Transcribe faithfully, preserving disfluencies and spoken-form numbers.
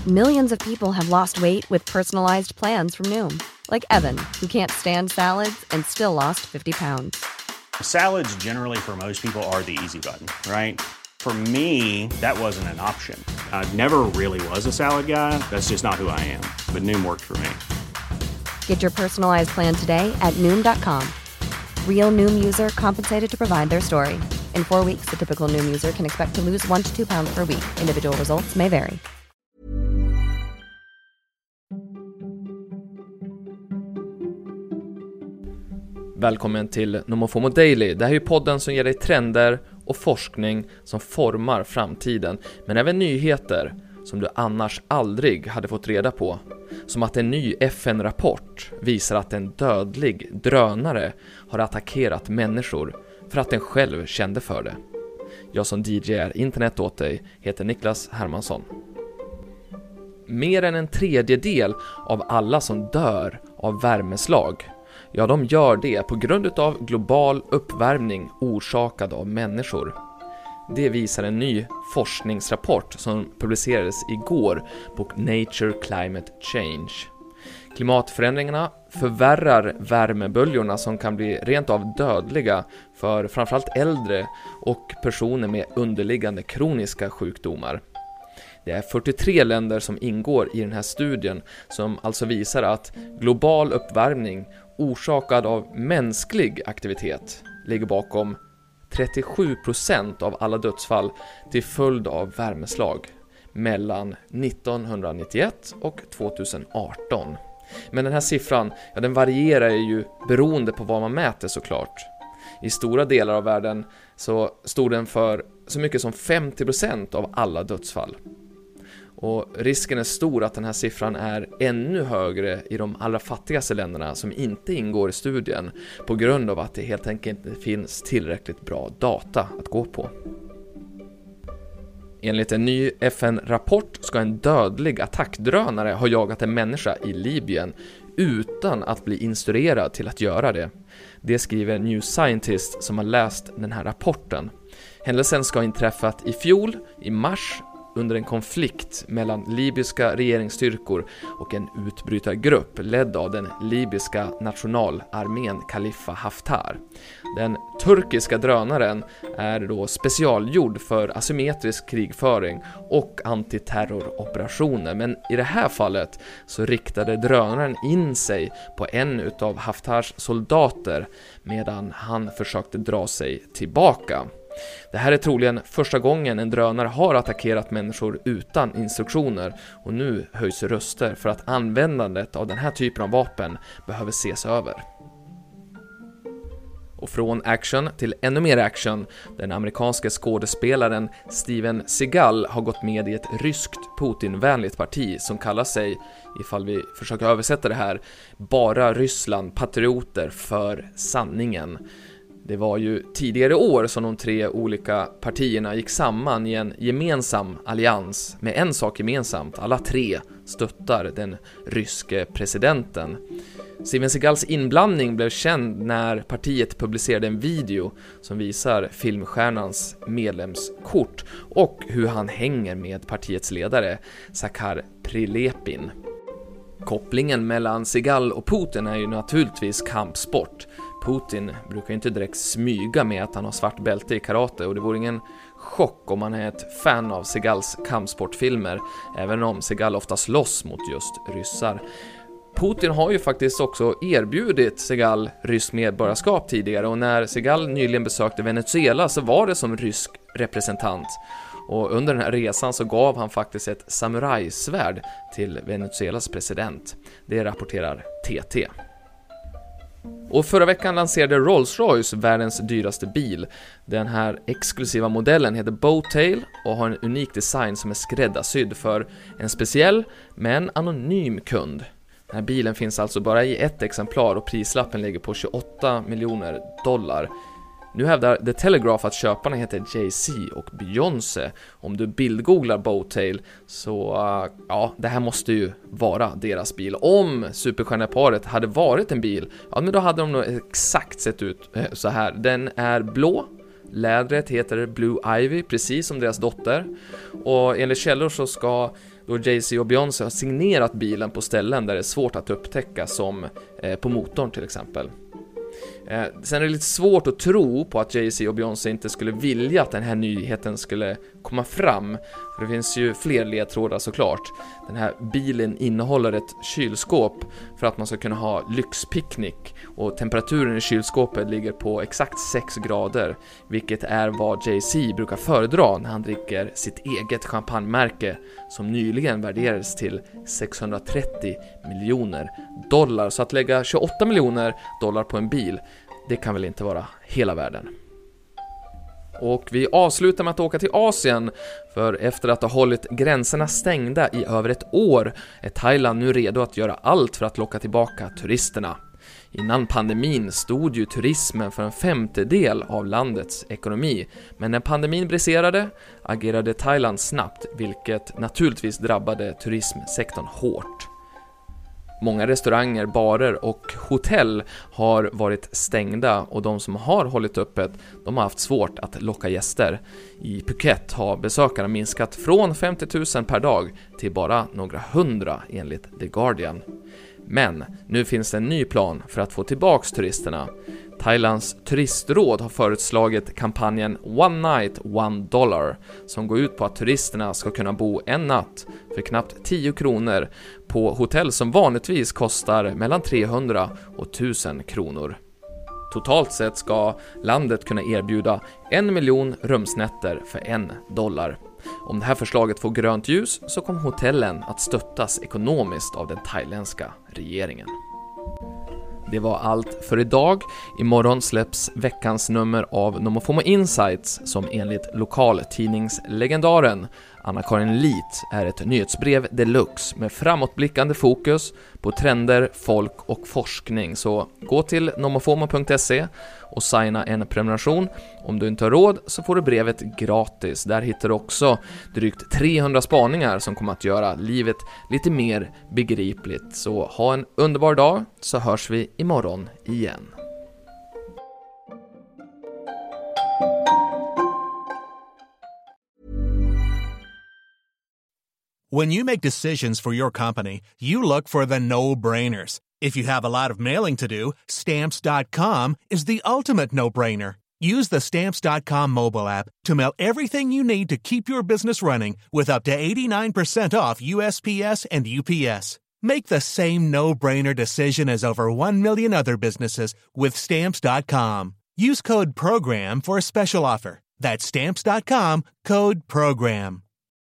Millions of people have lost weight with personalized plans from Noom. Like Evan, who can't stand salads and still lost fifty pounds. Salads generally for most people are the easy button, right? For me, that wasn't an option. I never really was a salad guy. That's just not who I am. But Noom worked for me. Get your personalized plan today at noom dot com. Real Noom user compensated to provide their story. In four weeks, the typical Noom user can expect to lose one to two pounds per week. Individual results may vary. Välkommen till NomoFomo Daily. Det här är ju podden som ger dig trender och forskning som formar framtiden. Men även nyheter som du annars aldrig hade fått reda på. Som att en ny F N-rapport visar att en dödlig drönare har attackerat människor för att den själv kände för det. Jag som D J är internet åt dig heter Niklas Hermansson. Mer än en tredjedel av alla som dör av värmeslag, ja, de gör det på grund av global uppvärmning orsakad av människor. Det visar en ny forskningsrapport som publicerades igår på Nature Climate Change. Klimatförändringarna förvärrar värmeböljorna som kan bli rent av dödliga för framförallt äldre och personer med underliggande kroniska sjukdomar. Det är fyrtiotre länder som ingår i den här studien som alltså visar att global uppvärmning orsakad av mänsklig aktivitet ligger bakom trettiosju procent av alla dödsfall till följd av värmeslag mellan nittonhundranittioett och tjugoarton. Men den här siffran, ja, den varierar ju beroende på vad man mäter såklart. I stora delar av världen så stod den för så mycket som femtio procent av alla dödsfall. Och risken är stor att den här siffran är ännu högre i de allra fattigaste länderna som inte ingår i studien på grund av att det helt enkelt inte finns tillräckligt bra data att gå på. Enligt en ny F N-rapport ska en dödlig attackdrönare ha jagat en människa i Libyen utan att bli instruerad till att göra det. Det skriver New Scientist som har läst den här rapporten. Händelsen ska ha inträffat i fjol, i mars, under en konflikt mellan libyska regeringsstyrkor och en utbrytargrupp ledd av den libyska nationalarmén Khalifa Haftar. Den turkiska drönaren är då specialgjord för asymmetrisk krigföring och antiterroroperationer, men i det här fallet så riktade drönaren in sig på en utav Haftars soldater medan han försökte dra sig tillbaka. Det här är troligen första gången en drönare har attackerat människor utan instruktioner och nu höjs röster för att användandet av den här typen av vapen behöver ses över. Och från action till ännu mer action. Den amerikanska skådespelaren Steven Seagal har gått med i ett ryskt Putin-vänligt parti som kallar sig, ifall vi försöker översätta det här, bara Ryssland patrioter för sanningen. Det var ju tidigare år som de tre olika partierna gick samman i en gemensam allians med en sak gemensamt. Alla tre stöttar den ryske presidenten. Steven Seagals inblandning blev känd när partiet publicerade en video som visar filmstjärnans medlemskort och hur han hänger med partiets ledare Zakhar Prilepin. Kopplingen mellan Seagal och Putin är ju naturligtvis kampsport. Putin brukar inte direkt smyga med att han har svart bälte i karate och det vore ingen chock om man är ett fan av Seagals kampsportfilmer, även om Seagal ofta slåss mot just ryssar. Putin har ju faktiskt också erbjudit Seagal rysk medborgarskap tidigare och när Seagal nyligen besökte Venezuela så var det som rysk representant. Och under den här resan så gav han faktiskt ett samurajsvärd till Venezuelas president. Det rapporterar T T. Och förra veckan lanserade Rolls-Royce världens dyraste bil. Den här exklusiva modellen heter Bowtail och har en unik design som är skräddarsydd för en speciell men anonym kund. Den här bilen finns alltså bara i ett exemplar och prislappen ligger på tjugoåtta miljoner dollar. Nu hävdar The Telegraph att köparna heter Jay-Z och Beyoncé. Om du bildgooglar Bowtail så, uh, ja, det här måste ju vara deras bil. Om superstjärneparet hade varit en bil, ja men då hade de nog exakt sett ut eh, så här. Den är blå, lädret heter Blue Ivy, precis som deras dotter. Och enligt källor så ska då Jay-Z och Beyoncé har signerat bilen på ställen där det är svårt att upptäcka, som eh, på motorn till exempel. Eh, sen är det lite svårt att tro på att Jay-Z och Beyoncé inte skulle vilja att den här nyheten skulle komma fram. För det finns ju fler ledtrådar såklart. Den här bilen innehåller ett kylskåp för att man ska kunna ha lyxpicknick. Och temperaturen i kylskåpet ligger på exakt sex grader. Vilket är vad Jay-Z brukar föredra när han dricker sitt eget champagnemärke, som nyligen värderades till sexhundratrettio miljoner dollar. Så att lägga tjugoåtta miljoner dollar på en bil, det kan väl inte vara hela världen. Och vi avslutar med att åka till Asien, för efter att ha hållit gränserna stängda i över ett år är Thailand nu redo att göra allt för att locka tillbaka turisterna. Innan pandemin stod ju turismen för en femtedel av landets ekonomi, men när pandemin briserade agerade Thailand snabbt, vilket naturligtvis drabbade turismsektorn hårt. Många restauranger, barer och hotell har varit stängda, och de som har hållit öppet, de har haft svårt att locka gäster. I Phuket har besökarna minskat från femtio tusen per dag till bara några hundra enligt The Guardian. Men nu finns det en ny plan för att få tillbaks turisterna. Thailands turistråd har föreslagit kampanjen One Night, One Dollar, som går ut på att turisterna ska kunna bo en natt för knappt tio kronor på hotell som vanligtvis kostar mellan trehundra och tusen kronor. Totalt sett ska landet kunna erbjuda en miljon rumsnätter för en dollar. Om det här förslaget får grönt ljus så kommer hotellen att stöttas ekonomiskt av den thailändska regeringen. Det var allt för idag. Imorgon släpps veckans nummer av NomoFomo Insights, som enligt lokaltidningslegendaren Anna-Karin Lit är ett nyhetsbrev deluxe med framåtblickande fokus på trender, folk och forskning. Så gå till nomofomo punkt se och signa en prenumeration. Om du inte har råd så får du brevet gratis. Där hittar du också drygt trehundra spaningar som kommer att göra livet lite mer begripligt. Så ha en underbar dag, så hörs vi imorgon igen. When you make decisions for your company, you look for the no-brainers. If you have a lot of mailing to do, Stamps dot com is the ultimate no-brainer. Use the Stamps dot com mobile app to mail everything you need to keep your business running with up to eighty-nine percent off U S P S and U P S. Make the same no-brainer decision as over one million other businesses with Stamps dot com. Use code PROGRAM for a special offer. That's Stamps dot com, code PROGRAM.